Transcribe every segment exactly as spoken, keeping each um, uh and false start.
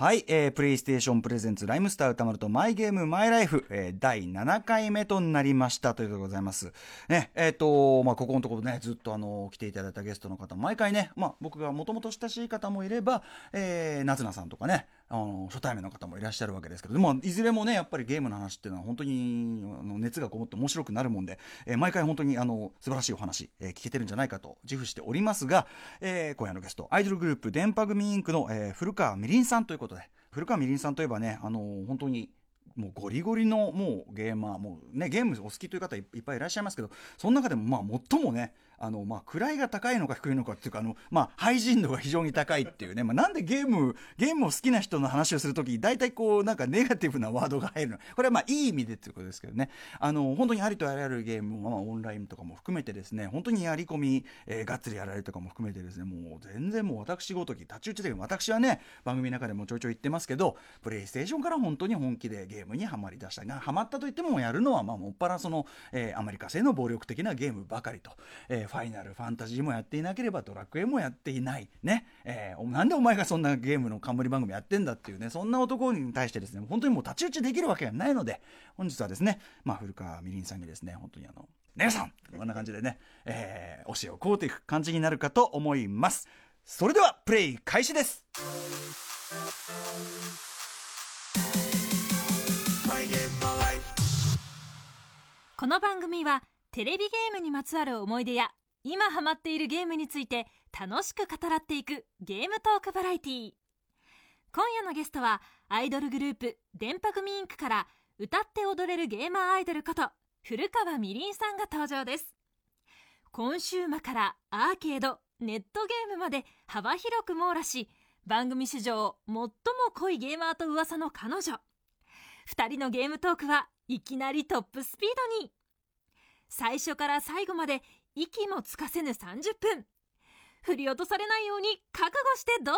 はい、えー、プレイステーションプレゼンツライムスター歌丸とマイゲームマイライフ、えー、だいななかいめとなりましたということでございますね。えっ、ー、とまあここのところねずっとあの来ていただいたゲストの方毎回ね、まあ僕がもともと親しい方もいれば、えー、夏菜さんとかね、あの初対面の方もいらっしゃるわけですけど、まあ、いずれもねやっぱりゲームの話っていうのは本当にあの熱がこもって面白くなるもんで、えー、毎回本当にあの素晴らしいお話、えー、聞けてるんじゃないかと自負しておりますが、えー、今夜のゲストアイドルグループ電波組インクの、えー、古川みりんさんということで、古川みりんさんといえばね、あのー、本当にもうゴリゴリのもうゲーマー、もうねゲームお好きという方いっぱいいらっしゃいますけど、その中でもまあ最もねあのまあ位が高いのか低いのかっていうか、あのまあ配信度が非常に高いっていうね、まあ、なんでゲームゲームを好きな人の話をするとき大体こうなんかネガティブなワードが入るの、これはまあいい意味でっていうことですけどね、あの本当にありとあらゆるゲーム、まあ、オンラインとかも含めてですね、本当にやり込み、えー、がっつりやられるとかも含めてですね、もう全然もう私ごとき太刀打ちで、私はね番組の中でもちょいちょい言ってますけど、プレイステーションから本当に本気でゲームにはまりだしたが、ハマったといってもやるのはまあもっぱらその、えー、アメリカ製の暴力的なゲームばかりと、えー、ファイナルファンタジーもやっていなければドラクエもやっていないね、えー、なんでお前がそんなゲームの冠番組やってんだっていうね、そんな男に対してですね本当にもう太刀打ちできるわけがないので、本日はですね、まあ、古川みりんさんにですね本当にあの姉さんこんな感じでね、えー、教えをこうていく感じになるかと思います。それではプレイ開始です。 この番組はテレビゲームにまつわる思い出や今ハマっているゲームについて楽しく語らっていくゲームトークバラエティー。今夜のゲストはアイドルグループ電波組インクから歌って踊れるゲーマーアイドルこと古川みりんさんが登場です。今週末からアーケード、ネットゲームまで幅広く網羅し、番組史上最も濃いゲーマーと噂の彼女。二人のゲームトークはいきなりトップスピードに。最初から最後まで息もつかせぬさんじゅっぷん。振り落とされないように覚悟してどうぞ。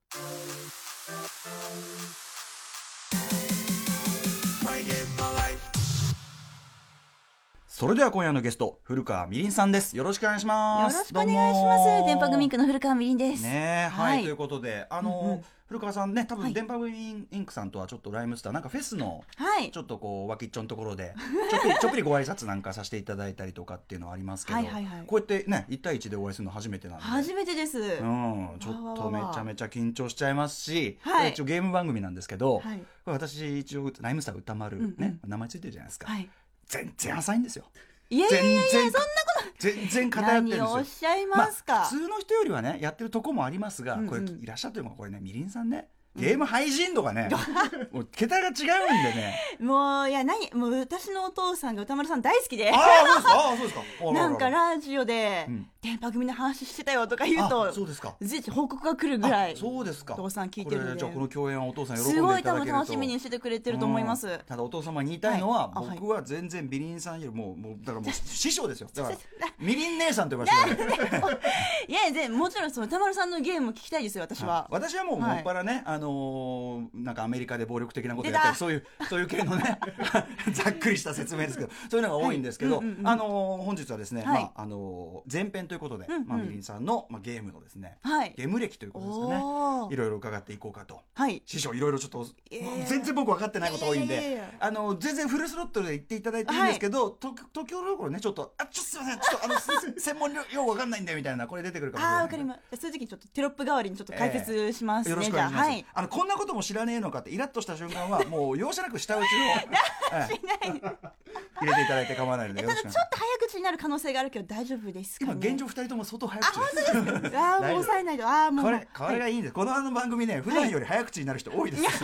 それでは今夜のゲスト古川みりんさんです。よろしくお願いします。 よろしくお願いします。電波組インクの古川みりんですね。はい、はい、ということであの、うんうん、古川さんね多分電波組インクさんとはちょっとライムスターなんかフェスのちょっとこう脇っちょのところでちょっぴりちょっぴりご挨拶なんかさせていただいたりとかっていうのはありますけど、はいはいはい、こうやってねいち対いちでお会いするの初めてなんで。 初めてです、うん、ちょっとめちゃめちゃ緊張しちゃいますし、はい、一応ゲーム番組なんですけど、はい、これ私一応ライムスター歌丸、うんうん、ね名前ついてるじゃないですか、はい、全然浅いんですよ。 いやいやいやそんなこと全然偏ってるんですよ。 何をおっしゃいますか、 まあ、普通の人よりはねやってるとこもありますが、うんうん、これいらっしゃってるのがこれねみりんさんねゲーム配信度がね、うん、もう桁が違うんでねもういや何もう私のお父さんが歌丸さん大好きで、 ああそうですかなんかラジオで、うん、電波組の話してたよとか言うとそうですか随時報告が来るぐらい。 そうですか。 お父さん聞いてるので、 これじゃあこの共演はお父さん喜んでいただけるとすごい多分楽しみにしてくれてると思います、うん、 ただお父様に言いたいのは、はい、僕は全然みりんさんよりももうだからもう師匠ですよ。だからみりん姉さんと呼ばせていやいやもちろんその歌丸さんのゲーム聞きたいですよ私は。 私はもうもっぱらね、はい、あのーなんかアメリカで暴力的なことやったりそういうそういう系のねざっくりした説明ですけどそういうのが多いんですけど、はいうんうんうん、あのー、本日はですね、はいまああのー、前編ということで、うんうんまあ、みりんさんの、まあ、ゲームのですね、はい、ゲーム歴ということですかねいろいろ伺っていこうかと、はい、師匠いろいろちょっと、えー、全然僕分かってないこと多いんで、えー、あのー、全然フルスロットルで言っていただいていいんですけど、はい、と東京のところねちょっとあちょっとすいませんちょっとあの専門用語分かんないんだよみたいなこれ出てくるかもしれない。 あ分かります。そういう時にちょっとテロップ代わりにちょっと解説しますね、えー、 よろしくお願いします、はい、あのこんなことも知らねえのかってイラッとした瞬間はもう容赦なく舌打ちを、はい、入れていただいて構わないのでよろしくお願いします。 ただちょっと早口になる可能性があるけど大丈夫ですかね。 今現状ふたりとも相当早口です。 あ本当ですか。あもう抑えないとあもうこれこれがいいんです、はい、このあの番組ね普段より早口になる人多いです、はい、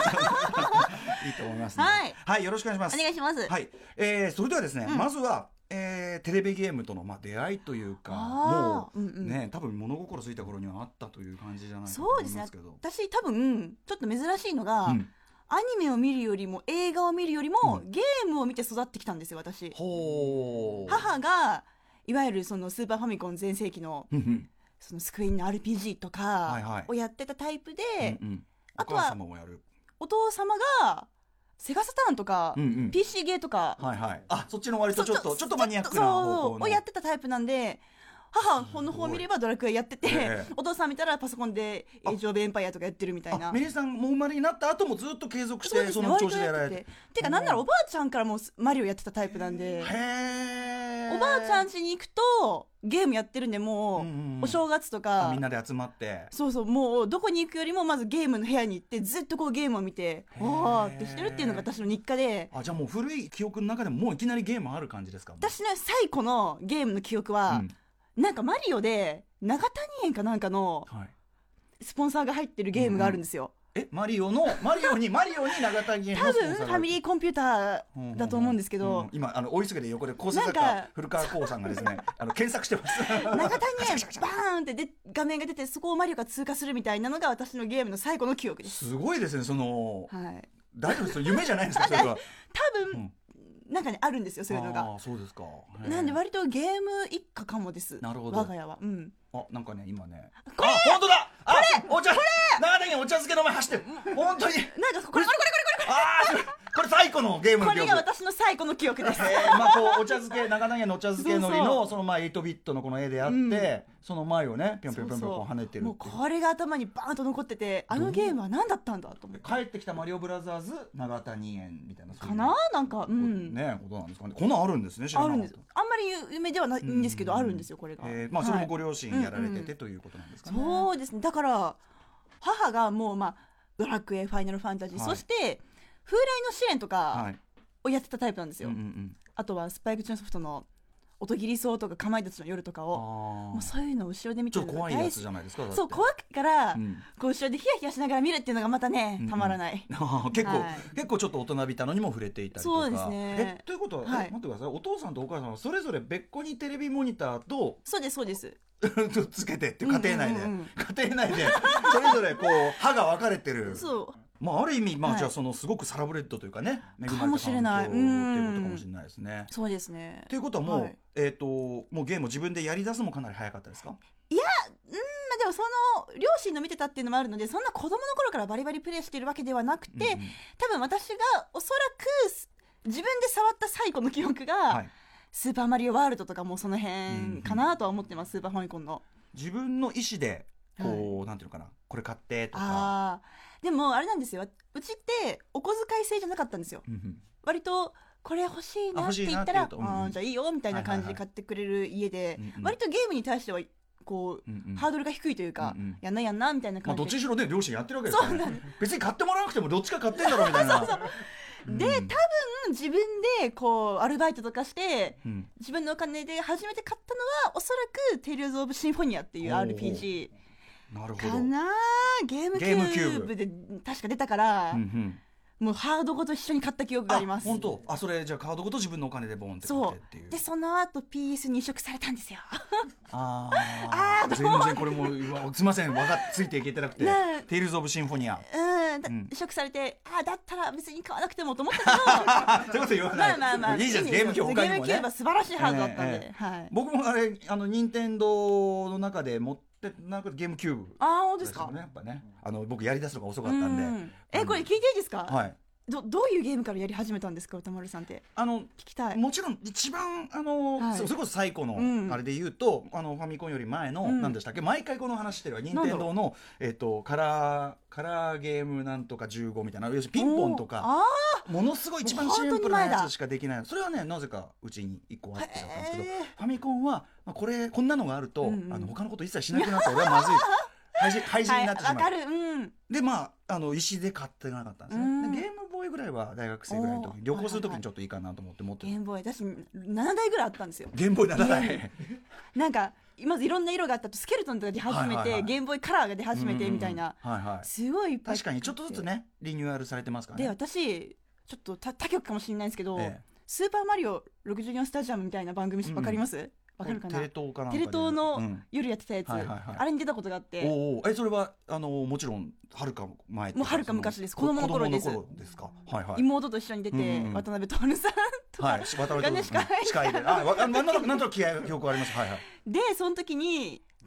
いいと思いますので、はい、はい、よろしくお願いします。 お願いします。 はい、えー、それではですね、うん、まずはえー、テレビゲームとの、まあ、出会いというかもう、うんうん、ね多分物心ついた頃にはあったという感じじゃないかと思いますけど。 そうですね。私多分ちょっと珍しいのが、うん、アニメを見るよりも映画を見るよりも、うん、ゲームを見て育ってきたんですよ私。ほー母がいわゆるそのスーパーファミコン全盛期のそのスクエニの アールピージー とかをやってたタイプで、はいはいうんうん、あとはお母様もやるお父様がセガサターンとか、うんうん、ピーシー ゲーとか、 はいはい、あそっちの割とちょっとちょっとマニアックな方向のをやってたタイプなんで母の方を見ればドラクエやってて、 ええ、 お父さん見たらパソコンでエイジオブエンパイアとかやってるみたいな。 メリーさんも生まれになった後もずっと継続して そ,、ね、その調子でやられてて、 てかなんならおばあちゃんからもマリオやってたタイプなんで、 へおばあちゃん家に行くとゲームやってるんで、もう、うんうん、お正月とかみんなで集まって、 そうそう、もうどこに行くよりもまずゲームの部屋に行ってずっとこうゲームを見てわーってしてるっていうのが私の日課で。 あ、じゃあもう古い記憶の中でももういきなりゲームある感じですか？ 私ね、最古のゲームの記憶は、うん、なんかマリオで長谷園かなんかのスポンサーが入ってるゲームがあるんですよ、 うんうん、えマリオのマリオにマリオに長谷園のスポンサーが多分ファミリーコンピューターだと思うんですけど、うんうん、 今あの大急ぎで横で構成作家古川光さんがですねあの検索してます長谷園バーンってで画面が出て、そこをマリオが通過するみたいなのが私のゲームの最古の記憶です。 すごいですね、その、 はい、 大丈夫です？夢じゃないんですか？それは多分、うんなんかねあるんですよ、そういうのが。 あ、そうですか。 なんで割とゲーム一家かもです。 なるほど。 我が家は。うん。 あ、なんかね今ね。 これ。 あ、本当だ。 これ。 お茶。 これ。 長田にお茶漬けの前走ってる。本当に。 なんかこれこれこれこれこれ。 ああ。これ最古のゲームの記憶。 これが私の最古の記憶です。 えー、まあこうお茶漬け長田のお茶漬けのりのそのまあエイトビットのこの絵であって、うん、その前をねぴょんぴょんぴょんぴょん跳ねてる。 もうこれが頭にバーンと残ってて、あのゲームは何だったんだと思って。 帰ってきたマリオブラザーズ長谷園みたいな。 かな、なんかうんね、ことなんですかね。こんなんあるんですね。知らなかった。 あるんです。あんまり有名ではないんですけど、あるんですよこれが。 えー、まあそれもご両親やられててということなんですかね。 そうですね。だから母がもうまあドラクエ、ファイナルファンタジー、そして風来の試練とかをやってたタイプなんですよ、うんうんうん、あとはスパイクチューンソフトの音切りそうとかかまいたちの夜とかを、もうそういうのを後ろで見てるのが大好き。 ちょっと怖いやつじゃないですか。 そう、怖いから、うん、こう後ろでヒヤヒヤしながら見るっていうのがまたね、うんうん、たまらない。 結構、はい、結構ちょっと大人びたのにも触れていたりとか。 そうですね。 えということは、はい、待ってください、お父さんとお母さんはそれぞれ別個にテレビモニターとそうですそうですつけてって家庭内で、うんうんうん、家庭内でそれぞれこう歯が分かれてる。 そう、 まあ、ある意味、まあ、じゃあそのすごくサラブレッドというかね、恵まれた環境っていうことかもしれないですね。 そうですね。 ということはもう、はい、えーと、もうゲームを自分でやり出すのもかなり早かったですか？ いや、うん、でもその両親の見てたっていうのもあるので、そんな子供の頃からバリバリプレイしているわけではなくて、うんうん、多分私がおそらく自分で触った最古の記憶が、はい、スーパーマリオワールドとかもその辺かなとは思ってます、うんうん、スーパーファミコンの。 自分の意思でこう、はい、なんていうのかな、これ買ってとか。 あでもあれなんですよ、うちってお小遣い制じゃなかったんですよ、うんうん、割とこれ欲しいなって言ったら、あ、うん、あじゃあいいよみたいな感じで買ってくれる家で、はいはいはい、割とゲームに対してはこう、うんうん、ハードルが低いというか、うんうん、やんなやんなみたいな感じで、 まあ、どっちにしろね両親やってるわけですから、ね、別に買ってもらわなくてもどっちか買ってんだろうみたいなそうそうそう、 で、うん、多分自分でこうアルバイトとかして、うん、自分のお金で初めて買ったのはおそらくテイルズ・オブ・シンフォニアっていう アールピージーなるほどかな。ゲームキューブで確か出たから、うんうん、もうハードごと一緒に買った記憶があります。 本当？あ、それじゃあカードごと自分のお金でボンって買ってっていう。 そうで、その後 ピーエス に移植されたんですよああ全然これもうすいません、わかついていけてなくてテイルズ・オブ・シンフォニア、 うん、うん、移植されて、あだったら別に買わなくてもと思ったけどそういうこと言わない、 まあまあまあいいじゃん、ゲームキューブ他にもね、ゲームキューブは素晴らしいハードだったんで、 えーえーはい、 僕もあれあの任天堂の中で持ってでなんかゲームキューブ、ね、 ああそうですか、 やっぱね、あの僕やりだすのが遅かったんで、んえこれ聞いていいですか？ はい。 ど, どういうゲームからやり始めたんですか、歌丸さんって。 あの聞きたい。 もちろん一番あの、はい、それこそ最古のあれで言うと、うん、あのファミコンより前の、うん、何でしたっけ、毎回この話してるわ、任天堂の、えー、とカラーカラーゲームなんとかじゅうごみたいな、要するにピンポンとかものすごい一番シンプルなやつしかできない、それはねなぜかうちにいっこあってだったんですけど、ファミコンは、まあ、これこんなのがあると、うんうん、あの他のこと一切しなくなったら俺はまずい廃人、廃人になってしまう、 はい、わかる、うん、 でまああの石で買ってなかったんですね、うん、でゲームボーイぐらいは大学生ぐらいの時旅行する時にちょっといいかなと思って持ってる、 ゲームボーイ私ななだいぐらいあったんですよ。 ゲームボーイななだいなんかまずいろんな色があったと、スケルトンとか出始めて、はいはいはい、ゲームボーイカラーが出始めてみたいな、 うんうんうんはいはい、 すごいいっぱい。 確かにちょっとずつねリニューアルされてますからね。 で私ちょっと他局かもしれないんですけど、 ええ、 スーパーマリオろくじゅうよんスタジアムみたいな番組わかります？うんわかるかな。 テレ東かな、 テレ東の夜やってたやつ、うんはいはいはい、あれに出たことがあって。 おえそれはあのもちろんはるか前、 もうはるか昔です。子供の頃です。 子供の頃ですか、はいはい、 妹と一緒に出て、うんうん、渡辺徹さんとか、はい、 渡辺徹さん司会で、あなんとなく記憶あります、はいはい、 でその時に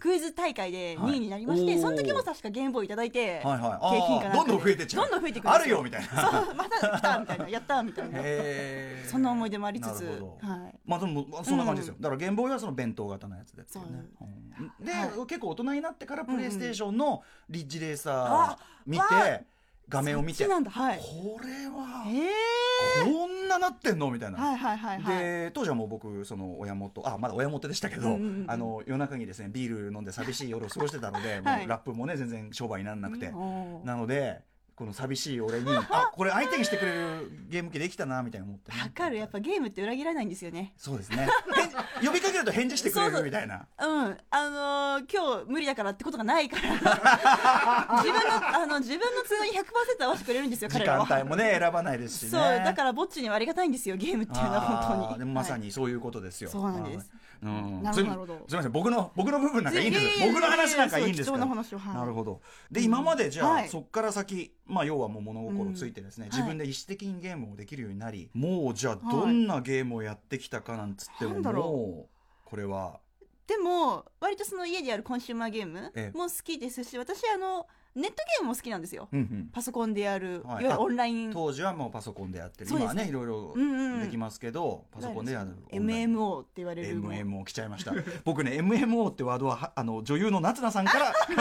クイズ大会でにいになりまして、はい、その時も確かゲームボーイいただいて、 はいはい、 景品かなんかでどんどん増えてっちゃう、 どんどん増えていくんですよ。 あるよみたいな、 そうまた来たみたいな、やったみたいな、そんな思い出もありつつ、 はい、まあでもそんな感じですよ、うん、だからゲームボーイはその弁当型のやつで、ね、で、はい、結構大人になってからプレイステーションのリッジレーサー見て、画面を見て、 はい、 これはこんななってんのみたいな、 はいはいはいはい、 で当時はもう僕その親元、あまだ親元でしたけど、うんうんうん、あの夜中にですねビール飲んで寂しい夜を過ごしてたので、はい、もうラップもね全然商売にならなくて、うん、なのでこの寂しい俺にあこれ相手にしてくれるゲーム機できたなみたいな思って、ね、 わかる、やっぱゲームって裏切らないんですよね。 そうですね呼びかけると返事してくれるみたいな、 そうそう、うんあのー、今日無理だからってことがないから自分のあの自分の都合に ひゃくパーセント 合わせてくれるんですよ、彼らは。 時間帯もね選ばないですしね。 そうだからぼっちにはありがたいんですよゲームっていうのは本当に。 でもまさにそういうことですよ、 はい、そうなんです、 うん、 なるほど。 すみません僕の僕の部分なんかいいんです、僕の話なんかいいんですから。 話を、はい、 なるほど。で、うん、今までじゃあ、はい、そっから先、まあ要はもう物心ついてですね、うん、自分で意思的にゲームをできるようになり、はい、もうじゃあどんなゲームをやってきたかなんつっても、はい、もうこれはでも割とその家でやるコンシューマーゲームも好きですし、私あのネットゲームも好きなんですよ、うんうん、パソコンでやる、はい、いわゆるオンライン。当時はもうパソコンでやってる、今はねいろいろできますけど、うんうん、パソコンでやるエムエムオー って言われるエムエムオー 来ちゃいました僕ね エムエムオー ってワードはあの女優の夏菜さん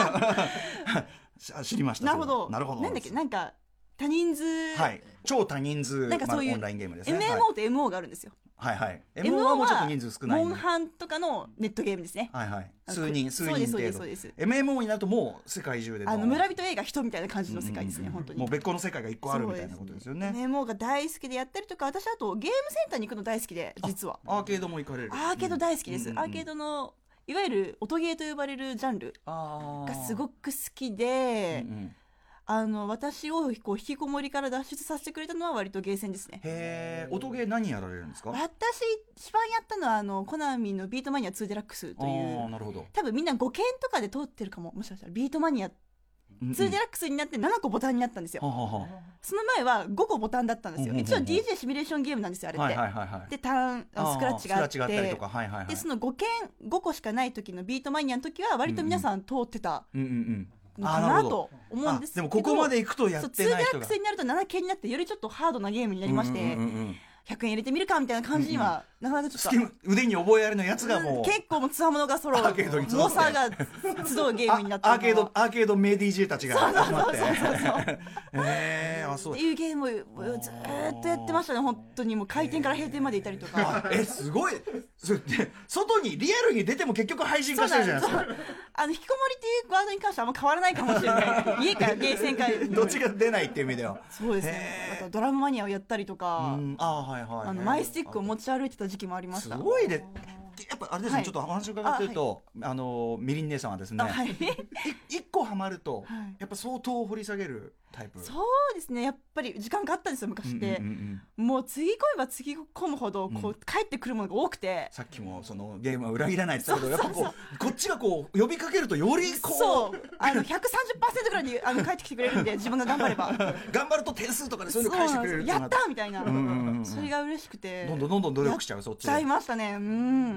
から知りました。 なるほど。 なるほど。 なんだっけ、なんか多人数、 はい、超多人数なんかそういう、 まあ、オンラインゲームですね。 エムエムオー と エムオー があるんですよ。 はいはい。エムオー はもうちょっと人数少ない。 モンハンとかのネットゲームですね。 はいはい。数人数人程度。 そうですそうです。 エムエムオー になるともう世界中であの村人映画人みたいな感じの世界ですね、うんうん、本当に。 もう別個の世界が一個あるみたいなことですよね。 エムエムオー が大好きでやったりとか、私あとゲームセンターに行くの大好きで、実は。 アーケードも行かれる。 アーケード大好きです。うんうんうん、アーケードのいわゆる音ゲーと呼ばれるジャンルがすごく好きで、うんうん、あの私をこう引きこもりから脱出させてくれたのは割とゲーセンですね。 へー、音ゲー何やられるんですか？ 私一番やったのはあのコナミのビートマニアツーデラックスという、 あ、なるほど。 多分みんなごけんとかで通ってるかも。もしかしたらビートマニアツーデラックスになってななこボタンになったんですよ、うんうん、その前はごこボタンだったんですよ、うんうんうん、一応 ディージェー シミュレーションゲームなんですよあれって、はいはいはいはい、でターンスクラッチがあって、 あったりとか、はいはいはい、 でそのごけんごこしかない時のビートマニアの時は割と皆さん通ってた、うんうんうんのかなと思うんですけど、 でもここまで行くとやってない人が、 ツーデラックスになるとななけんになってよりちょっとハードなゲームになりまして、うんうんうんうん、ひゃくえん入れてみるかみたいな感じには、うんうん、なかなかちょっと腕に覚えありのやつがもう、 うん、結構もうつわものが揃う猛者が集うゲームになってアーケードアーケードメディージェーたちが集まってえー、あそうっていうゲームをずっとやってましたね。本当にもう開店から閉店までいたりとか、 えー、すごいそれで外にリアルに出ても結局配信化してるじゃないですか。 あの引きこもりっていうワードに関してはあんま変わらないかもしれない家からゲーセンからどっちが出ないっていう意味ではそうですね。あとドラムマニアをやったりとか、 うん、あ、はいはい、 あのマイスティックを持ち歩いてた時期もありました。 すごいね。やっぱあれですね、はい、ちょっとお話を伺ってると あ,、はい、あのみりん姉さんはですね、はい、一個ハマると、はい、やっぱ相当掘り下げるタイプ。 そうですね、やっぱり時間があったんですよ昔って、うんうんうんうん、もうつぎ込めばつぎ込むほどこう、うん、帰ってくるものが多くて、 さっきもそのゲームは裏切らないって言ったけど、やっぱこうこっちがこう呼びかけるとよりこうそうあの ひゃくさんじゅっパーセント ぐらいにあの帰ってきてくれるんで自分が頑張れば頑張ると点数とかでそういうの返してくれるってやったみたいな、うんうんうん、それが嬉しくてどんどんどんどん努力しちゃう。そっちでやっちゃいましたね、うん、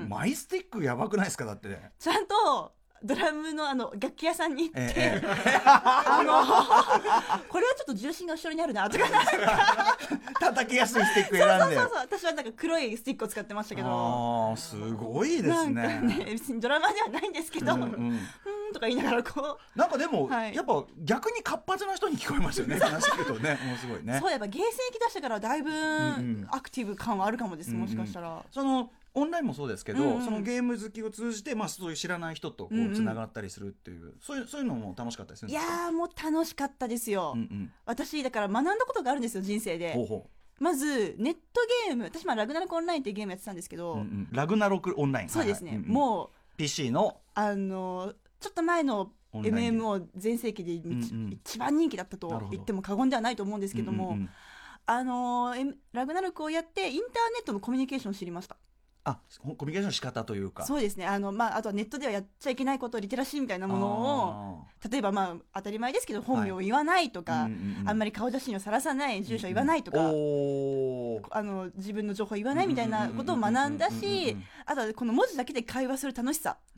マイスティックやばくないですか？だって、ね、 ちゃんとドラムのあの楽器屋さんに行って、ええ、あのこれはちょっと重心が後ろにあるなとかなんか叩きやすいスティック選んで、 そうそうそうそう、私はなんか黒いスティックを使ってましたけど、 あーすごいですね。 なんかね別にドラマではないんですけど、うん、うん、うんとか言いながらこうなんかでも、はい、やっぱ逆に活発な人に聞こえますよね話聞くとねもうすごいね。 そうやっぱゲーセン行き出してからだいぶアクティブ感はあるかもです、うんうん、もしかしたら、うんうん、 そのオンラインもそうですけど、うんうん、そのゲーム好きを通じて、まあ、そういう知らない人とこうつながったりするっていう、うんうん、そういう、そういうのも楽しかったりするんですか？ いやーもう楽しかったですよ、うんうん、私だから学んだことがあるんですよ人生で。ほうほう。まずネットゲーム、私まあラグナロクオンラインっていうゲームやってたんですけど、うんうん、 ラグナロクオンライン、 そうですね、 はいはい、 もうピーシー のあのちょっと前の エムエムオー 全盛期で、うんうん、一番人気だったと言っても過言ではないと思うんですけども、うんうんうん、あのラグナロクをやってインターネットのコミュニケーションを知りました。 あ、コミュニケーションの仕方というか、 そうですね、あの、まあ、あとはネットではやっちゃいけないこと、リテラシーみたいなものを例えば、まあ、当たり前ですけど本名を言わないとか、はい、うんうんうん、あんまり顔写真を晒さない、住所を言わないとか、うんうん、あの自分の情報を言わないみたいなことを学んだし、あとはこの文字だけで会話する楽しさ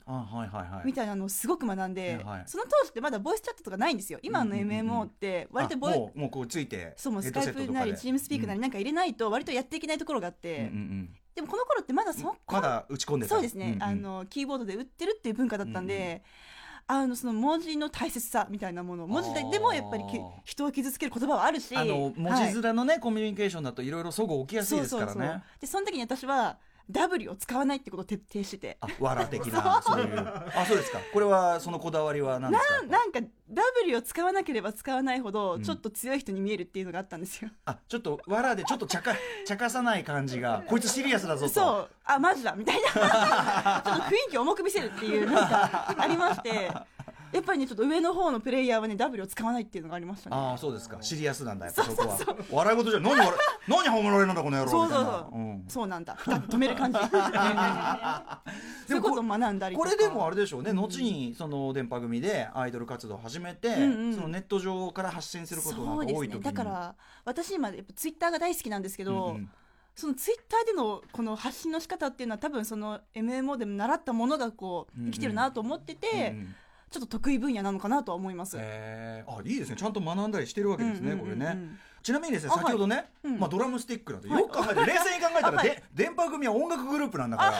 あ、はいはいはい、 みたいなのをすごく学んで、 はい、 その当時ってまだボイスチャットとかないんですよ。今の エムエムオー って割とボイス、 もうもうこうついてそうもうスカイプなりチームスピークなりなんか入れないと割とやっていけないところがあって、うんうんうん、でもこの頃ってまだそまだ打ち込んでた。 そうですね、うんうん、あのキーボードで打ってるっていう文化だったんで、うんうん、あのその文字の大切さみたいなもの、文字でもやっぱり人を傷つける言葉はあるし、 あの文字面のね、はい、コミュニケーションだといろいろ齟齬起きやすいですからね。そうそうそう。 でその時に私はW を使わないってことを徹底してて、 あ、わら的なそういうあ、そうですか。これはそのこだわりは何ですか。 な, なんか W を使わなければ使わないほどちょっと強い人に見えるっていうのがあったんですよ、 うん、あ、ちょっとわらでちょっとちゃかちゃかさない感じがこいつシリアスだぞと、 そう、あ、マジだみたいなちょっと雰囲気を重く見せるっていうなんかありましてやっぱりねちょっと上の方のプレイヤーはね W を使わないっていうのがありましたね。 ああ、そうですか。シリアスなんだやっぱそこは。そうそうそう、笑い事じゃ何笑何褒められるんだこの野郎みたいな。そうそうそう、うん、そうなんだ止める感じそういうことを学んだりとか。 これでもあれでしょうね、うん、後にその電波組でアイドル活動を始めて、うんうん、そのネット上から発信することが多い時に。そうですね、 だから私今やっぱツイッターが大好きなんですけど、うんうん、そのツイッターでのこの発信の仕方っていうのは多分その エムエムオー でも習ったものがこう生きてるなと思ってて、うんうんうんうん、ちょっと得意分野なのかなとは思います。 えー、あ、いいですね。ちゃんと学んだりしてるわけですね、うんうんうんうん、これね。ちなみにですね、先ほどね、はい、うん、まあ、ドラムスティックなんてよく考えて、はい、冷静に考えたら、はい、電波組は音楽グループなんだから、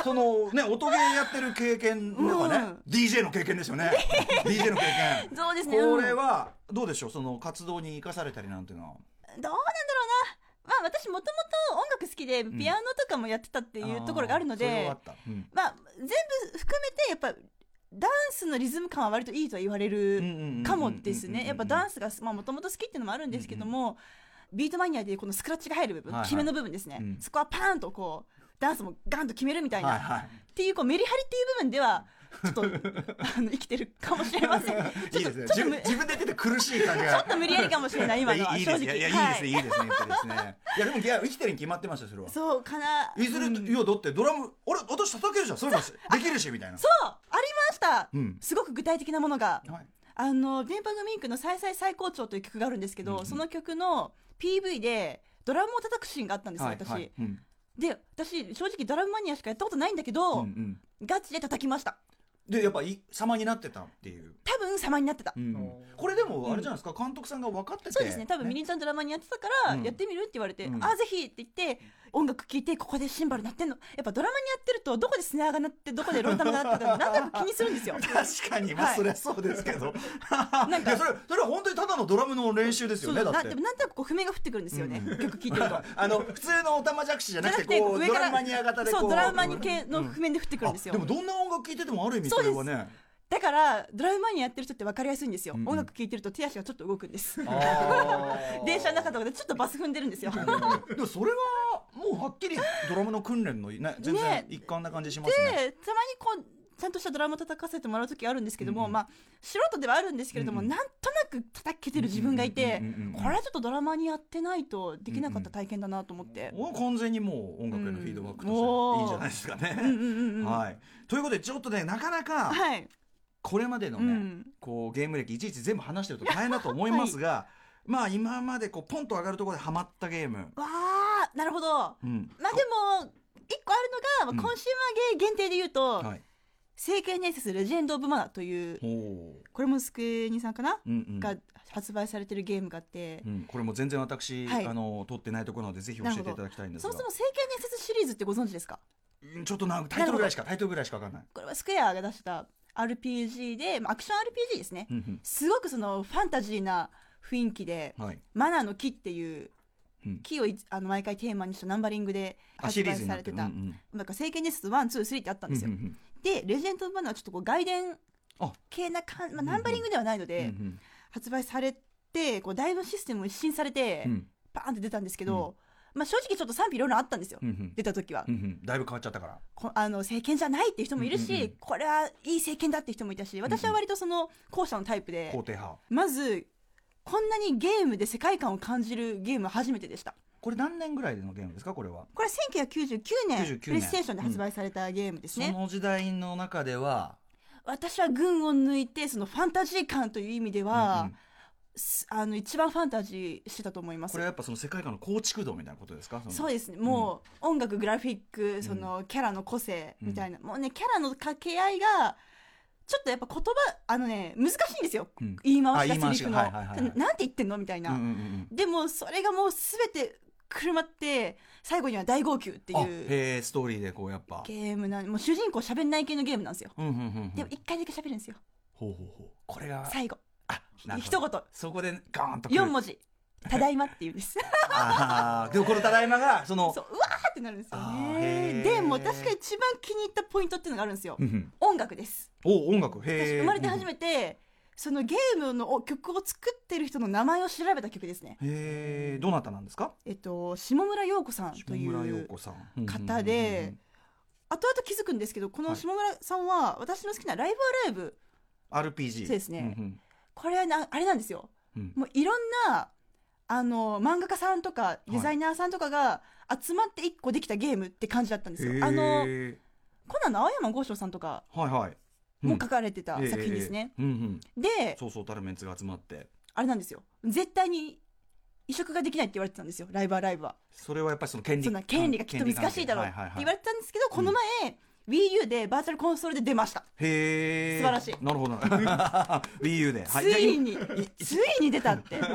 そのね、音ゲーやってる経験とかね、うん、ディージェー の経験ですよねディージェー の経験そうですね、 これはどうでしょう、その活動に生かされたりなんていうのは。 どうなんだろうな、まあ、私もともと音楽好きでピアノとかもやってたっていうところがあるので、うん、まあ、全部含めてやっぱダンスのリズム感は割といいとは言われるかもですね。やっぱダンスがもともと好きっていうのもあるんですけども、うんうん、ビートマニアでこのスクラッチが入る部分、はいはい、決めの部分ですね、うん、そこはパーンとこうダンスもガンと決めるみたいな、はいはい、っていうこうメリハリっていう部分ではちょっとあの生きてるかもしれません。 いいですね。自分で言ってて苦しい感じがちょっと無理やりかもしれない今のは正直。 いやいやいいですね、いいですね、言ってですね。いやでもいや生きてるに決まってましたそれは。 そうかな。 いずれ、うん、いやだってドラム俺私叩けるじゃん、そういうのできるしみたいな。 そうありました、うん、すごく具体的なものが、はい、あの電波組インクの再々最高潮という曲があるんですけど、うんうん、その曲の ピーブイ でドラムを叩くシーンがあったんですよ、はい、私、はい、うん、で私正直ドラムマニアしかやったことないんだけど、うんうん、ガチで叩きました。 でやっぱり様になってたっていう。 多分様になってた、うん、 これでもあれじゃないですか、うん、監督さんが分かってて。 そうですね、多分ミリンちゃんドラマにやってたから、ね、やってみるって言われて、うん、あぜひって言って音楽聴いてここでシンバル鳴ってんの、やっぱドラマにやってるとどこでスネアが鳴ってどこでロンタマが鳴ってるかなんとなく気にするんですよ確かに、まあ、はい、そりゃそうですけどなんかいやそれそれは本当にただのドラムの練習ですよね。だってでもなんとなくこう譜面が降ってくるんですよね、うん、曲聴いてるとあの普通のおたまじゃくしじゃなくてこうドラマニア型でこう、 そうドラマニ系の譜面で降ってくるんですよ、 うん、でもどんな音楽聴いててもある意味それはね、 だからドラムマニアやってる人って分かりやすいんですよ、うん、音楽聴いてると手足がちょっと動くんです電車の中とかでちょっとバス踏んでるんですよでもそれはもうはっきりドラムの訓練の、ね、全然一環な感じしますね。 でたまにこうちゃんとしたドラムを叩かせてもらう時あるんですけども、うんうん、まあ素人ではあるんですけれども、うんうん、なんとなく叩けてる自分がいて、これはちょっとドラマにやってないとできなかった体験だなと思って、 うんうん、完全にもう音楽へのフィードバックとしていいんじゃないですかね、うんうんうん、はい、ということでちょっとねなかなか、はい、これまでのね、うん、こうゲーム歴いちいち全部話してると大変だと思いますが、はい、まあ今までこうポンと上がるところでハマったゲーム、 わーなるほど、うん、まあでもいっこあるのが、コンシューマーゲー限定で言うと、はい、聖剣伝説レジェンド・オブ・マナというこれもスクエニさんかな、うんうん、が発売されてるゲームがあって、 うん、これも全然私、はい、あの撮ってないところなのでぜひ教えていただきたいんですが、 そもそも聖剣伝説シリーズってご存知ですか？ ちょっとなタイトルぐらいしかタイトルぐらいしか分かんない。 これはスクエアが出した アールピージー で、アクション アールピージー ですね、うんうん、すごくそのファンタジーな雰囲気で、はい、マナーの木っていう木をあの毎回テーマにしたナンバリングで発売されてた、うんうん、なんか聖剣伝説ワン、ツー、スリーってあったんですよ、うんうんうん、でレジェンド・オブ・マナはちょっとこう外伝系なか、まあ、ナンバリングではないので、うんうん、発売されてこうだいぶシステムを一新されて、うん、パーンって出たんですけど、うん、まあ、正直ちょっと賛否いろいろあったんですよ、うんうん、出た時は、 うんうん、だいぶ変わっちゃったからこあの聖剣じゃないっていう人もいるし、うんうんうん、これはいい聖剣だっていう人もいたし、私は割とその後者のタイプで、 肯定派。 まずこんなにゲームで世界観を感じるゲームは初めてでした。 これ何年ぐらいのゲームですか？これはこれせんきゅうひゃくきゅうじゅうきゅうねんプレイステーションで発売されたゲームですね、 うん、その時代の中では私は群を抜いてそのファンタジー感という意味では、うんうん、 あの一番ファンタジーしてたと思います。 これはやっぱその世界観の構築度みたいなことですか？そそうですね、もう、うん、音楽グラフィックそのキャラの個性みたいな、うん、もうねキャラの掛け合いがちょっとやっぱ言葉あのね難しいんですよ、うん、言い回しがセリフの、はいはいはい、なんて言ってんのみたいな、うんうんうん、でもそれがもう全てくるまって最後には大号泣っていうへーストーリーでこうやっぱゲームなもう主人公喋んない系のゲームなんですよ、うんうんうんうん、でも一回だけ喋るんですよ。 ほうほうほうこれが最後あ一言そこでガーンとよん文字ただいまっていうんですあでもこのただいまがそのそううわーってなるんですよね。でも私が一番気に入ったポイントっていうのがあるんですよ、うんうん、音楽です。 お音楽へ私生まれて初めて、うん、そのゲームの曲を作ってる人の名前を調べた曲ですね。 へどなたなんですか？ えっと下村陽子さんという方で後々気づくんですけどこの下村さんは私の好きなライブアライブアールピージーそうですね、 うんうん、 これはなあれなんですよ、うん、もういろんなあの漫画家さんとかデザイナーさんとかが集まっていっこできたゲームって感じだったんですよ。あのコナンの青山剛昌さんとかも書かれてた作品ですね、うんうんうん、でそうそうたるメンツが集まってあれなんですよ絶対に移植ができないって言われてたんですよライブアライブは。 それはやっぱりその権利その権利がきっと難しいだろうって言われてたんですけど、この前、うんWiiU でバーチャルコンソールで出ました。 へー素晴らしい。 なるほどWiiU で、 はい、ついについに出たってた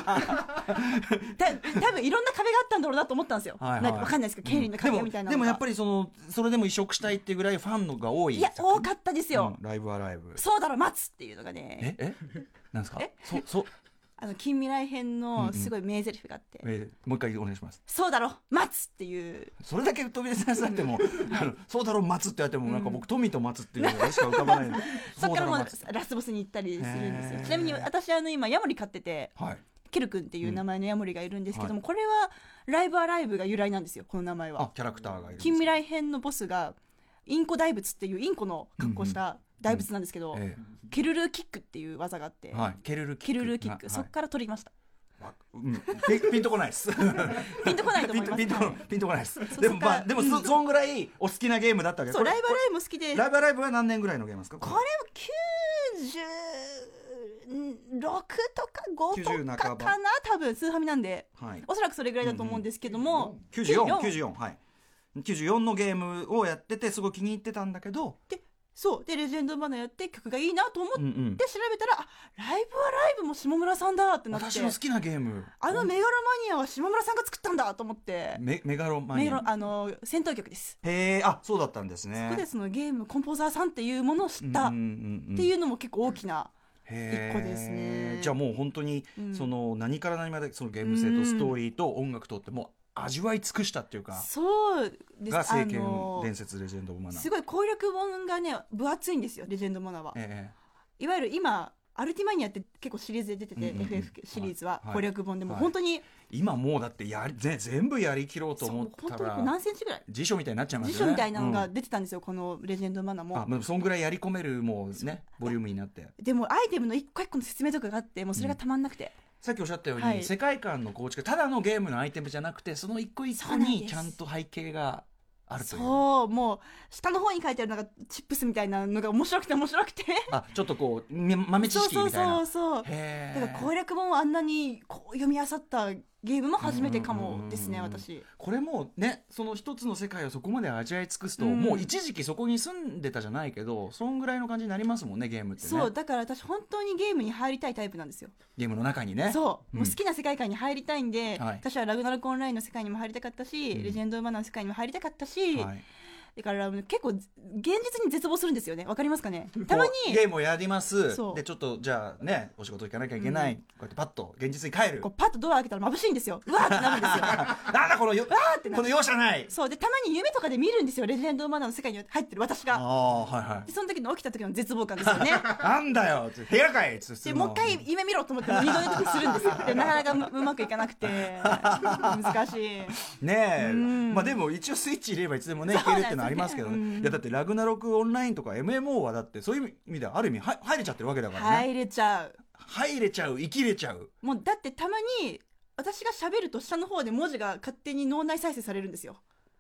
多分いろんな壁があったんだろうなと思ったんですよ、はいはい、なんか分かんないですけど権利の壁みたいなのが、 でも、でもやっぱりそのそれでも移植したいっていうぐらいファンのが多い。 いや多かったですよ、 うん、ライブアライブそうだろ待つっていうのがねええなんですかえそそあの近未来編のすごい名台詞があって、 うんうんえー、もう一回お願いします。 そうだろ待つっていうそれだけ飛び出せなさってもあのそうだろ待つって言われても、うん、なんか僕富と待つっていうのがしか浮かばないのそっからもうラスボスに行ったりするんですよ。ちなみに私あの今ヤモリ飼ってて、はい、ケル君っていう名前のヤモリがいるんですけども、うん、これはライブアライブが由来なんですよ。この名前はあキャラクターがいるんです。 近未来編のボスがインコ大仏っていうインコの格好した大仏なんですけど、うんうんええ、ケルルーキックっていう技があって、はい、ケルルーキック、ケルルーキック、はい、そっから取りました。 うん、ピンとこないですピンとこないと思います。 ピンとこピンとこないですでも、まあ、でも そ, そんぐらいお好きなゲームだったわけです。 そうライブアライブも好きで。 ライブアライブは何年ぐらいのゲームですか？ これはきゅうじゅうろくとかごとかかな多分スーファミなんで、はい、おそらくそれぐらいだと思うんですけども、うんうん、 きゅうじゅうよん、きゅうじゅうよん、はい、きゅうじゅうよんのゲームをやっててすごい気に入ってたんだけどでそうでレジェンドマナーやって曲がいいなと思って調べたら、うんうん、あライブアライブも下村さんだってなって、 私の好きなゲームあのメガロマニアは下村さんが作ったんだと思って。 メ, メガロマニアあの戦闘曲です。 へえあそうだったんですね。 そこでそのゲームコンポーザーさんっていうものを知ったっていうのも結構大きな一個ですね。 じゃあもう本当に、うん、その何から何までそのゲーム性とストーリーと音楽とっても味わい尽くしたっていうかそうです。 が聖剣伝説レジェンド・オブ・マナーすごい攻略本がね分厚いんですよレジェンド・マナーは、ええ、いわゆる今アルティマニアって結構シリーズで出てて、うんうんうん、エフエフ シリーズは攻略本でも本当に、はい、 今もうだってやり全部やりきろうと思ったら本当に何センチぐらい辞書みたいになっちゃいますよね。 辞書みたいなのが出てたんですよ、うん、このレジェンド・マナーも。 あもうそんぐらいやり込めるもうねボリュームになって。 でもアイテムの一個一個の説明とかがあってもうそれがたまんなくて、うんさっきおっしゃったように、はい、世界観の構築ただのゲームのアイテムじゃなくてその一個一個にちゃんと背景があるという。 そうもう下の方に書いてあるのがチップスみたいなのが面白くて面白くてあちょっとこう豆知識みたいな。 そうそうそうそうへだから攻略本をあんなにこう読み漁ったゲームも初めてかもですね。私これもねその一つの世界をそこまで味わい尽くすと、うん、もう一時期そこに住んでたじゃないけどそんぐらいの感じになりますもんねゲームってね。 そうだから私本当にゲームに入りたいタイプなんですよ。 ゲームの中にねそう、うん、もう好きな世界観に入りたいんで、はい、私はラグナロクオンラインの世界にも入りたかったし、うん、レジェンド・マナーの世界にも入りたかったし、はいだから結構現実に絶望するんですよね。わかりますかね。たまにゲームをやりますでちょっとじゃあねお仕事行かなきゃいけない、うん、こうやってパッと現実に帰るこうパッとドア開けたら眩しいんですよ。うわーってなるんですよなんだこのよわーってなるこの容赦ない。 そうでたまに夢とかで見るんですよレジェンド・マナーの世界に入ってる私が。 あ、はいはい、 でその時の起きた時の絶望感ですよねなんだよ部屋かいつってでもう一回夢見ろと思って二度寝とかするんですよでなかなか う, うまくいかなくて難しいねえ、まあ、でも一応スイッチ入れればいつでもねいけるっていうのはありますけどね。いやだってラグナロクオンラインとか エムエムオー はだってそういう意味ではある意味は入れちゃってるわけだからね。 入れちゃう入れちゃう生きれちゃう。 もうだってたまに私が喋ると下の方で文字が勝手に脳内再生されるんですよ。 あ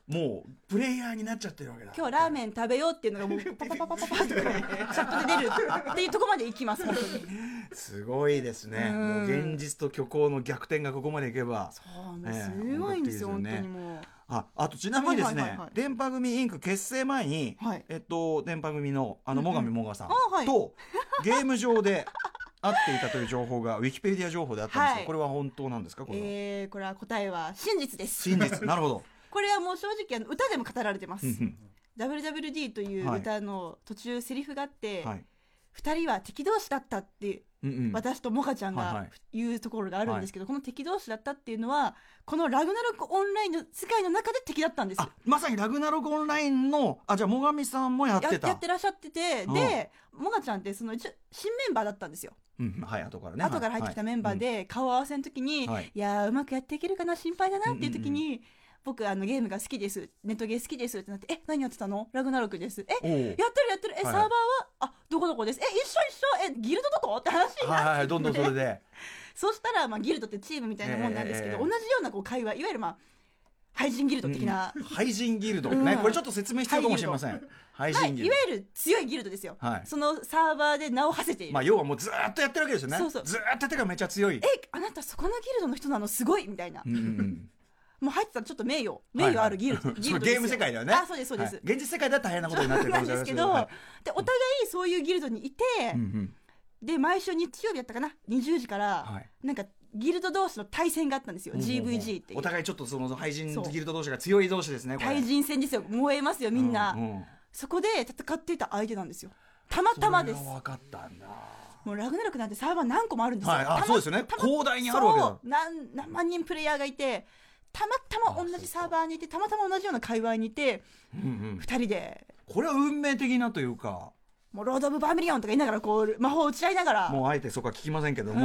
もうプレイヤーになっちゃってるわけだ。 今日ラーメン食べようっていうのがもうパパパパパパってチャットで出るっていうところまで行きます本当に。 すごいですね。もう現実と虚構の逆転がここまでいけば、 そうもうすごいんですよ、えー、本当にもう。 あ, あとちなみにですね、 はいはいはいはい、 電波組インク結成前に、はい、えっと電波組のあの最上もがさんと、うんうん、ゲーム上で会っていたという情報がウィキペディア情報であったんですが、はい、これは本当なんですか？これは、 えー、これは答えは真実です。 真実。なるほど。 これはもう正直あの歌でも語られてます。ダブリューダブリューディー という歌の途中セリフがあって、はい、ふたりは敵同士だったって、うんうん、私とモカちゃんが言うところがあるんですけど、はいはい、この敵同士だったっていうのはこのラグナロクオンラインの世界の中で敵だったんですよ。 あ、まさにラグナロクオンラインの、あ、じゃあ最上さんもやってたや, やってらっしゃってて、でモカちゃんってその新メンバーだったんですよ。 うん、はい、後からね、 後から入ってきたメンバーで、はい、顔合わせの時に、はい、いやうまくやっていけるかな心配だなっていう時に、うんうんうん、僕あのゲームが好きです、ネットゲー好きですってなって、え何やってたの？ラグナロクです。えやってるやってる、え、はい、サーバーはあどこどこです、え一緒一緒、えギルドどこって話になって、 はいはい、どんどんそれでそしたら、まあ、ギルドってチームみたいなもんなんですけど、えー、同じようなこう会話、いわゆるまあ廃人ギルド的な、 うん、廃人ギルド、ね、これちょっと説明必要かもしれません。廃人ギルド、 はい、いわゆる強いギルドですよ、はい、そのサーバーで名を馳せている、 まあ、要はもうずっとやってるわけですよね。 そうそう、 ずっとやってからめっちゃ強い、 えあなたそこのギルドの人なのすごいみたいな、うんうん、もう入ってたらちょっと名誉名誉あるギルド、はいはい、ギルドですよ。ゲーム世界だよね。あ、そうですそうです、はい、現実世界では大変なことになってるかもしれないですけど、はい、 でお互いそういうギルドにいて、うんうん、で毎週日曜日やったかなにじゅうじから、はい、なんかギルド同士の対戦があったんですよ、うんうんうん、ジーブイジー っていう。 お互いちょっとその廃人ギルド同士が強い同士ですね。これ対人戦ですよ、燃えますよみんな、うんうん、そこで戦っていた相手なんですよ。たまたまです。 それが分かったんだ。 もうラグナロクなんてサーバー何個もあるんですよ、はい、 あそうですよね、広大にあるわけだ。そう何、何万人プレイヤーがいて、たまたま同じサーバーにいて、たまたま同じような界隈にいて、うんうん、ふたりでこれは運命的なというか、 もうロード・オブ・バーミリオンとか言いながらこう魔法を打ち合いながら、 もうあえてそこは聞きませんけども、うん、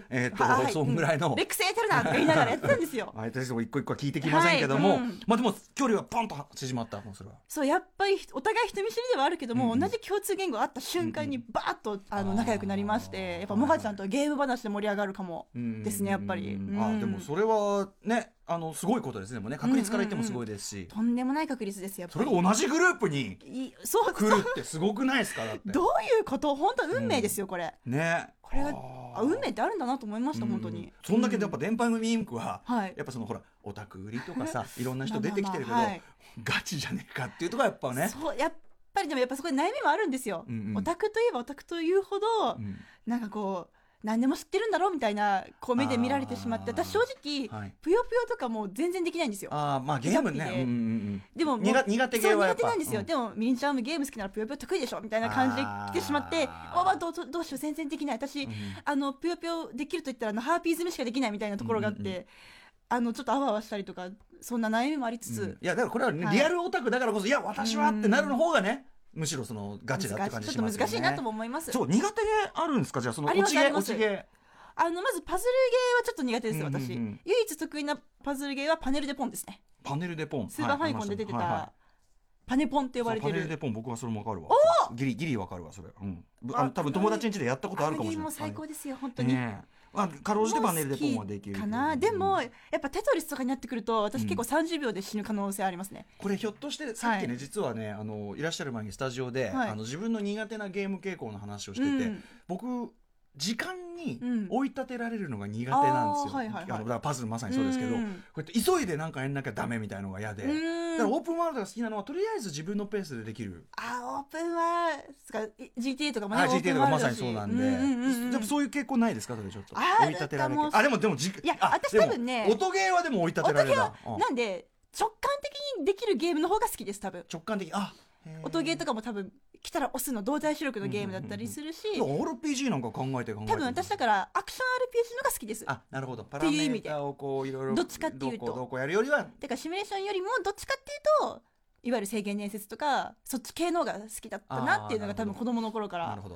えー、っと、はい、そんぐらいの、うん、 レックス・エーテルナとか言いながらやってたんですよ。 あえて一個一個は聞いてきませんけども、はい、うん、まあでも距離はポンと縮まった。もうそれはそうやっぱりお互い人見知りではあるけども、うん、同じ共通言語があった瞬間にバーッとあの仲良くなりまして、やっぱモカちゃんとゲーム話で盛り上がるかもですね、やっぱり、うん、 あでもそれはね、あのすごいことですね。もうね、確率から言ってもすごいですし、うんうんうん、 とんでもない確率ですよ。やっぱりそれが同じグループに来るってすごくないですか？だってどういうこと、本当運命ですよ、うん、これね、 これがあ運命ってあるんだなと思いました、うん、本当に。 そんだけやっぱ電波組インクは、うん、やっぱそのほらオタク売りとかさいろんな人出てきてるけど、まあまあ、はい、ガチじゃねえかっていうところはやっぱね、 そうやっぱりでもやっぱそこで悩みもあるんですよ、うんうん、オタクといえばオタクというほど、うん、なんかこう何でも知ってるんだろうみたいなこう目で見られてしまって、私正直、はい、ぷよぷよとかも全然全然できないんですよ。 あまあゲームね、うんうんうん、 でも苦手ゲーはやっぱ苦手なんですよ、うん、でもミリンちゃんもゲーム好きならぷよぷよ得意でしょみたいな感じで来てしまって、ああどうどうしよう全然できない私、うん、あのぷよぷよできると言ったらあのハーピーズムしかできないみたいなところがあって、うんうんうん、あのちょっとあわあわしたりとかそんな悩みもありつつ、うん、いやだからこれは、ね、はい、リアルオタクだからこそいや私はってなるの方がね、むしろそのガチだって感じしますよね。 ちょっと難しいなとも思います。 そう苦手ゲーあるんですか？じゃあその落ちゲー落ちゲーあのまずパズルゲーはちょっと苦手ですよ、私、うんうんうん、唯一得意なパズルゲーはパネルでポンですね。 パネルでポン、 スーパーファミコンで出てた、はいはいはい、パネポンって呼ばれてる。 パネルでポン、僕はそれも分かるわ。ギリギリ分かるわそれ、うん、あの多分友達ん家でやったことあるかもしれない。 あれも最高ですよ本当に、 ね、あかろうじてパネルでポンはできるかな。でもやっぱテトリスとかになってくると私結構さんじゅうびょうで死ぬ可能性ありますね、 うん、これひょっとしてさっきね、はい、実はねあのいらっしゃる前にスタジオで、はい、あの自分の苦手なゲーム傾向の話をしてて、うん、僕時間に追い立てられるのが苦手なんですよ、うんはいはいはい、あのだからパズルまさにそうですけど、うん、こうやって急いでなんかやんなきゃダメみたいなのが嫌で、うん、だからオープンワールドが好きなのはとりあえず自分のペースでできる。 あオープンワールド ジーティーエー とかもね、 あ ジーティーエー とかまさにそうなんで、うんうんうん、でもそういう傾向ないですか？それちょっと追い立てられる。あでもでもじいや私多分ね音ゲーはでも追い立てられるな。 なんで直感的にできるゲームの方が好きです多分。 直感的あ音ゲーとかも多分来たら押すの同体視力のゲームだったりするし、うんうんうん、 アールピージー なんか考えて考えて多分私だからアクション アールピージー のが好きです。 あなるほど、パラメーターをこういろいろどっちかっていうとどうこうどうこうやるよりはだからシミュレーションよりもどっちかっていうといわゆる制限伝説とかそっち系のが好きだったなっていうのが多分子供の頃から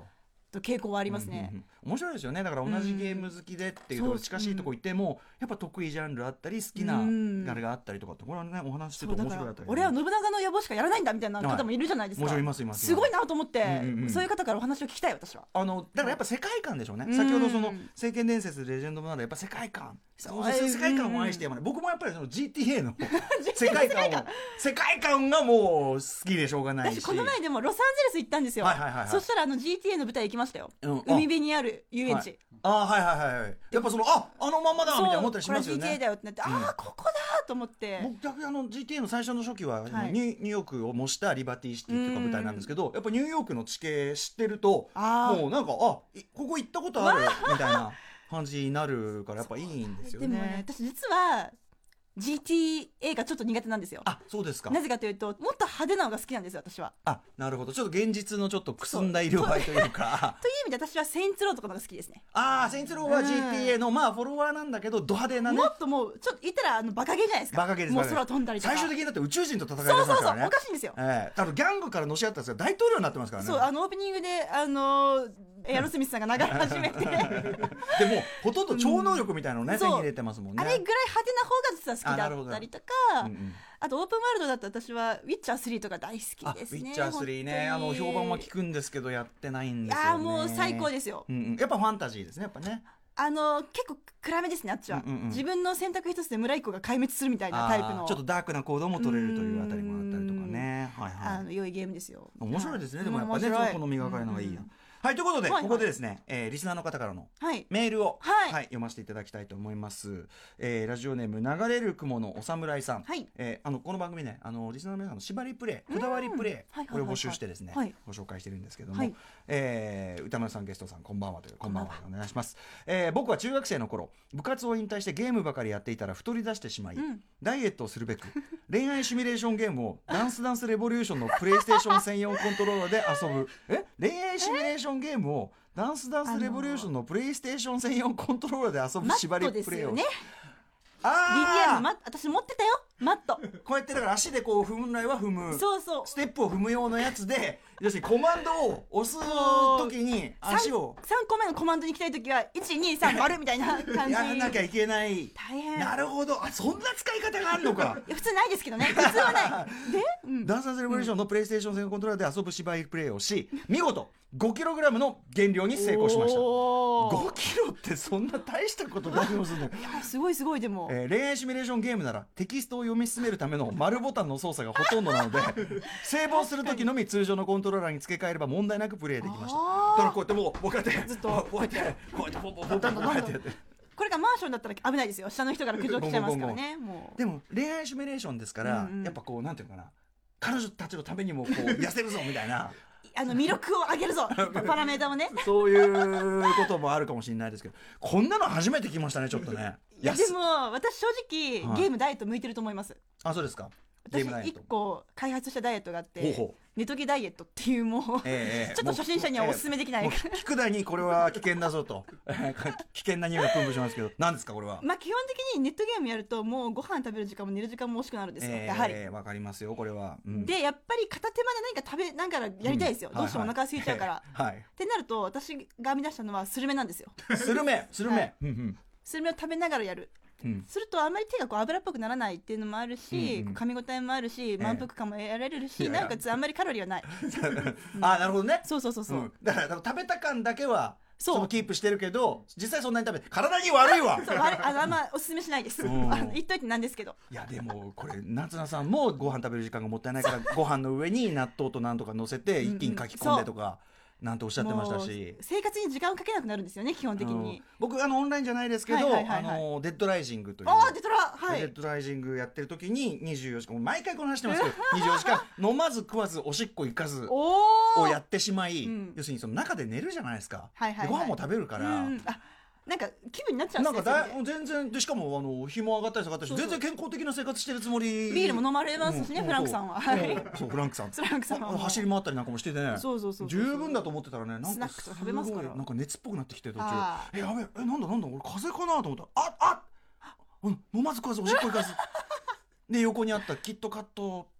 と傾向はありますね、 うんうんうん、面白いですよね。だから同じゲーム好きでっていうところ近しいとこ行っても、やっぱ得意ジャンルあったり好きなあれがあったりとかって、これはねお話してると面白かったり、ね、 俺は信長の野望しかやらないんだみたいな方もいるじゃないですか、はい、 もちろんいますいます。 すごいなと思って、 うんうん、 そういう方からお話を聞きたい。私はあのだからやっぱ世界観でしょうね、うん、先ほどその聖剣伝説レジェンドもならやっぱ世界観、そう世界観を愛してやまない、うん、僕もやっぱりその ジーティーエー の世界観を世界観がもう好きでしょうがないし、 私この前でもロサンゼルス行ったんですよ、はいはいはいはい、そしたらあの ジーティーエー の舞台行きましたよ、うん、海辺にある遊園地、はい、 あはいはいはい、やっぱそのああのままだみたいな思ったりしますよね。 これ ジーティーエー だよってなって、うん、ああここだと思って、 僕逆にあの ジーティーエー の最初の初期は、はい、ニューヨークを模したリバティシティっていうか舞台なんですけど、やっぱニューヨークの地形知ってるともうなんかあここ行ったことあるみたいな感じになるからやっぱいいんですよね。 でもね、私実はジーティーエー がちょっと苦手なんですよ。 あ、そうですか。 なぜかというともっと派手なのが好きなんですよ私は。 あ、なるほど。ちょっと現実のちょっとくすんだ色合いというかという意味で私はセインツローとかのが好きですね。 ああ、セインツローは ジーティーエー の、うん、まあフォロワーなんだけどド派手なね、 もっともうちょっと言ったらあのバカゲーじゃないですか。 バカゲーです。 もう空飛んだりとか最終的にだって宇宙人と戦い出しますからね。 そうそうそう、おかしいんですよ、 えー、あのギャングからのし合ったんですが大統領になってますからね。 そう、あのオープニングであのーエアロスミスさんが流れ始めてでもほとんど超能力みたいなのね、うん、手に入れてますもんね。 あれぐらい派手な方が実は好きだったりとか、 あ,、うんうん、あとオープンワールドだと私はウィッチャースリーとか大好きですね。 ウィッチャースリーね、あの評判は聞くんですけどやってないんですよね。 いやもう最高ですよ、 うんうん、やっぱファンタジーですねやっぱね。 あの結構暗めですねあっちは、うんうんうん、自分の選択一つで村一個が壊滅するみたいなタイプのちょっとダークな行動も取れるというあたりもあったりとかね、はいはい、 あの良いゲームですよ。 面白いですね、はい、でもやっぱねその好みがかりのがいいな、うんうん、はい、ということで、はいはい、ここでですね、えー、リスナーの方からのメールを、はいはい、読ませていただきたいと思います、えー、ラジオネーム流れる雲のお侍さん、はい、えー、あのこの番組ね、あのリスナーの皆さんの縛りプレイ、こだわりプレイ、これを募集してですね、はい、ご紹介してるんですけども、はい、えー、歌丸さんゲストさんこんばんはというこんばんはお願いします、えー、僕は中学生の頃部活を引退してゲームばかりやっていたら太り出してしまい、うん、ダイエットをするべく恋愛シミュレーションゲームをダンスダンスレボリューションのプレイステーション専用コントローラーで遊ぶえ恋愛シミュレーションゲームをダンスダンスレボリューションのプレイステーション専用コントローラーで遊ぶ縛りプレイを、 マットですよね。あビリヤードマット、私持ってたよマット。 こうやってだから足でこう踏むのは踏む、 そうそう、 ステップを踏むようなやつで、要するにコマンドを押す時に足を 3, さんこめのコマンドに行きたい時はいちにさん丸みたいな感じやらなきゃいけない。 大変。 なるほど、あ、そんな使い方があるのかいや普通ないですけどね、普通はないで、うん、 ダンサーズレボリューションのプレイステーション専用コントローラーで遊ぶ縛りプレイをし、見事 ごキログラム の減量に成功しました。ごキロってそんな大したこと何をするのいやすごいすごい。でも、 えー、恋愛シミュレーションゲームならテキストを読み進めるための丸ボタンの操作がほとんどなのでセーブをする時のみ通常のコントローラーに付け替えれば問題なくプレイできました。だからこうやってもうこうやってずっとこうやってこうやってポンポンポンポンポンこうやってやってこれがマンションだったら危ないですよ。下の人から苦情来ちゃいますからね。もうでも恋愛シミュレーションですから、うんうん、やっぱこうなんていうのかな、彼女たちのためにもこう痩せるぞみたいなあの魅力を上げるぞパラメータをねそういうこともあるかもしれないですけど、こんなの初めて聞きましたねちょっとね。 いやでも私正直、はい、ゲームダイエット向いてると思います。 あ、そうですか。 私いっこ開発したダイエットがあって、ほうほうネトゲダイエットっていうもう、えー、ちょっと初心者にはおすすめできない、えー、 聞くだにこれは危険だぞと危険な匂いがプンプンしますけど、何ですかこれは。 まあ基本的にネットゲームやるともうご飯食べる時間も寝る時間も惜しくなるんですよ、えー、やはりわかりますよこれは、うん、 でやっぱり片手間で何か食べながらやりたいですよ、うん、どうしてもお腹空いちゃうから、はいはい、ってなると私が編み出したのはスルメなんですよスルメスルメ、はい、 スルメを食べながらやる、うん、するとあんまり手がこう油っぽくならないっていうのもあるし、うんうん、噛み応えもあるし、満腹感も得られるし、えー、なおかつあんまりカロリーはないあ、なるほどね。 そうそうそうそう、うん、 だから食べた感だけはそのキープしてるけど実際そんなに食べて体に悪いわそう悪い、あのあんまおすすめしないですあの言っといてなんですけど。 いやでもこれ夏菜さんもご飯食べる時間がもったいないからご飯の上に納豆となんとか乗せて一気に書き込んでとか、うん、なんておっしゃってましたし、 生活に時間をかけなくなるんですよね基本的に、うん、 僕あのオンラインじゃないですけど、はいはいはいはい、あのデッドライジングというあデッドラ、はい、 デッドライジングやってる時ににじゅうよじかん毎回この話してますけどにじゅうよじかん飲まず食わずおしっこ行かずをやってしまい、うん、要するにその中で寝るじゃないですか、はいはいはい、ご飯も食べるから、うん、あなんか気分になっちゃうんですよ。 なんかだ全然でしかもあの日も上がったり下がったりして全然健康的な生活してるつもり。 ビールも飲まれますしね、うん、フランクさんは。 はい。そうフランクさん。 フランクさんは走り回ったりなんかもしててね。 そうそうそう。 十分だと思ってたらね、なんかスナックとか食べますから。 なんか熱っぽくなってきて途中。えやべえなんだなんだ俺風邪かなと思ったらああ、うん、飲まず食わずおしっこ行かずで横にあったキットカット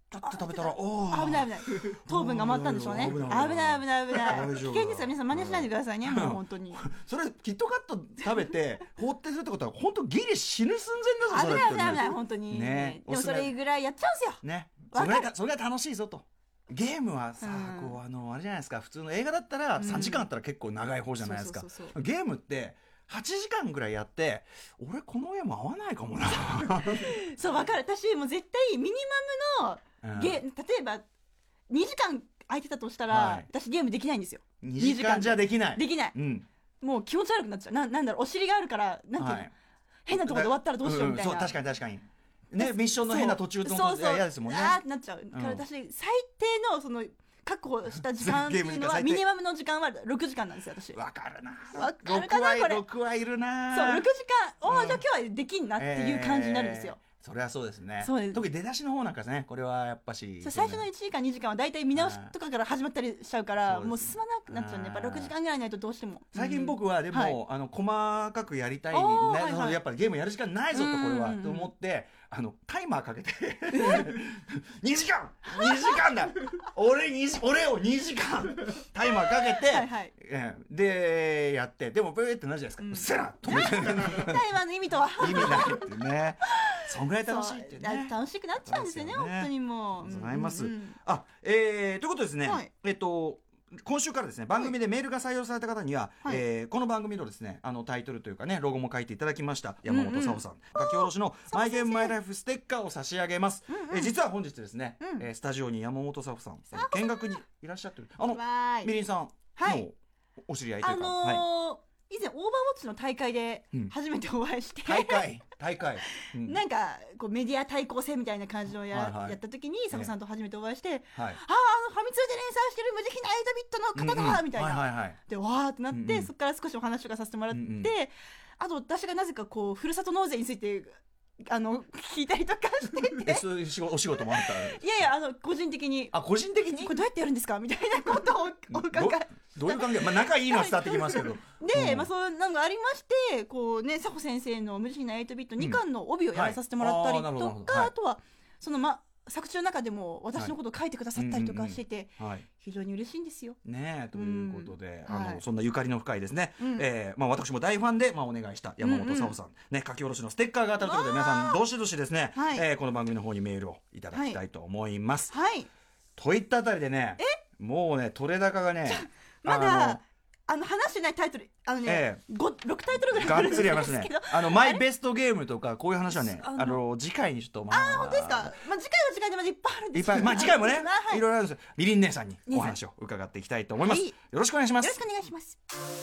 ちょっと食べたらおー危ない危ない糖分が余ったんでしょうね。危ない危ない危ない危険ですから皆さん真似しないでくださいね。もう本当にそれキットカット食べて放ってするってことは本当ギリ死ぬ寸前だぞ。 危ない危ない危ない本当に、 ね、 でもそれぐらいやっちゃうんですよね。それがそれが楽しいぞと。ゲームはさ、うん、こうあのあれじゃないですか。普通の映画だったらさんじかんあったら結構長い方じゃないですか。ゲームってはちじかんぐらいやって俺このゲーム合わないかもなそう分かる。私もう絶対ミニマムのゲ、うん、例えばにじかん空いてたとしたら、はい、私ゲームできないんですよ。 にじかんじゃできないできない、うん、もう気持ち悪くなっちゃう。 な, なんだろうお尻があるからなんていうの、はい、変なところで終わったらどうしようみたいな、 うんうん、そう確かに確かにね、ミッションの変な途中のこと嫌ですもんね。 あーってなっちゃう、うん、から私最低のその確保した時間っていうのはミニマムの時間はろくじかんなんですよ私。 わかるな。 わかるかなこれ。 ろくはいるな。 そうろくじかん、おー、うん、じゃあ今日はできんなっていう感じになるんですよ、 えー、それはそうですね。 そうです。 特に出だしの方なんかですね。これはやっぱしそう最初のいちじかんにじかんはだいたい見直しとかから始まったりしちゃうからもう進まなくなっちゃうんでやっぱろくじかんぐらいないとどうしても。 最近僕はでも、はい、あの細かくやりたい、ねはいはい、やっぱりゲームやる時間ないぞとこれはと思ってあのタイマーかけてにじかんにじかんだ俺に俺をにじかんタイマーかけてはい、はい、でやってでもブーってなるじゃないですか、うん、うっせら止めてタイマーの意味とは意味ないってね。そんぐらい楽しいってね。 楽しくなっちゃうんですよね、本当にもう。 ございます。うんうん、あ、えー、ということですね。はい、えっと。今週からですね番組でメールが採用された方には、はいえー、この番組のですねあのタイトルというかねロゴも書いていただきました山本沙帆さん、うんうん、書き下ろしのマイゲームマイライフステッカーを差し上げます、うんうん、えー、実は本日ですね、うんえー、スタジオに山本沙帆さん見学にいらっしゃってるあのみりんさんの、はい、お知り合いというか、 あのーはい、以前オーバーウォッチの大会で初めてお会いして、 うん、大会大会、 うん、なんかこうメディア対抗戦みたいな感じの や,、はいはい、やった時に沙帆さんと初めてお会いして、はい、あああのファミ通で連載してる無慈悲なエイトビットの方だ、うんうん、みたいな、はいはいはい、でわーってなって、うんうん、そこから少しお話をさせてもらって、うんうん、あと私がなぜかこうふるさと納税についてあの聞いたりとかしててそういうお仕事もあったいやいやあの個人的にあ個人的にこれどうやってやるんですかみたいなことをお伺いどういう関係、まあ、仲いいのは伝わってきますけどで、 うんまあ、そうなんかありましてこうね沙帆先生の無慈悲なエイトビットにかんの帯をやらさせてもらったりとか、うんはい、あ, あとはそのま作中の中でも私のことを書いてくださったりとかしてて、はい、非常に嬉しいんですよ。 ねえということで、うん、あの、はい、そんなゆかりの深いですね、うんえーまあ、私も大ファンで、まあ、お願いした山本沙帆さん、うんうんね、書き下ろしのステッカーが当たるということで皆さんどしどしですね、はいえー、この番組の方にメールをいただきたいと思います。はい、といったあたりでねもうね取れ高がねまだあの話してないタイトルあのね、ええ、ろくタイトルぐらいあるんですけどがっつりありますねあのマイベストゲームとかこういう話はねあのあの次回にちょっと、 まあ、あ本当ですか、まあ、次回は次回でまだいっぱいあるんですけどいっぱい、まあ、次回もね、はい、いろいろあるんですよ。みりん姉さんにお話を伺っていきたいと思います、はい、よろしくお願いします。 よろしくお願いします。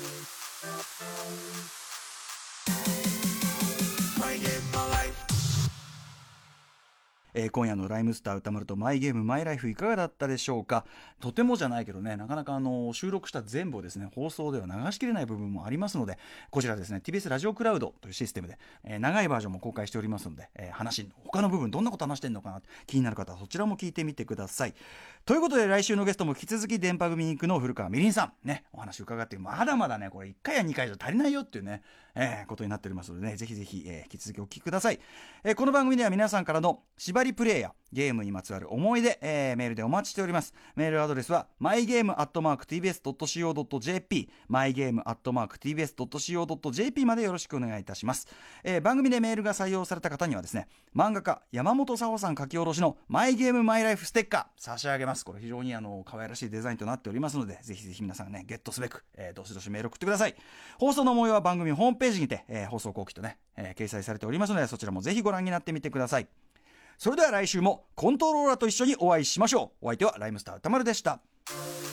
えー、今夜のライムスター歌丸とマイゲームマイライフいかがだったでしょうか。とてもじゃないけどねなかなかあの収録した全部をですね放送では流しきれない部分もありますのでこちらですね ティービーエス ラジオクラウドというシステムで、えー、長いバージョンも公開しておりますので、えー、話他の部分どんなこと話してんのかな気になる方はそちらも聞いてみてください。ということで来週のゲストも引き続き電波組に行くの古川みりんさんねお話伺ってまだまだねこれいっかいやにかいじゃ足りないよっていうね、えー、ことになっておりますのでねぜひぜひ、えー、引き続きお聞きください。えー、この番組では皆さんからの縛りプレイやゲームにまつわる思い出、えー、メールでお待ちしております。メールアドレスは マイゲームアットマークティービーエスドットシーオードットジェーピー マイゲームアットマークティービーエスドットシーオードットジェーピー までよろしくお願いいたします。えー、番組でメールが採用された方にはですね漫画家山本沙帆さん書き下ろしのマイゲームマイライフステッカー差し上げます。これ非常にあの可愛らしいデザインとなっておりますのでぜひぜひ皆さんねゲットすべく、えー、どしどしメール送ってください。放送の模様は番組ホームページにて、えー、放送後期とね、えー、掲載されておりますのでそちらもぜひご覧になってみてください。それでは来週もコントローラーと一緒にお会いしましょう。お相手はライムスター歌丸でした。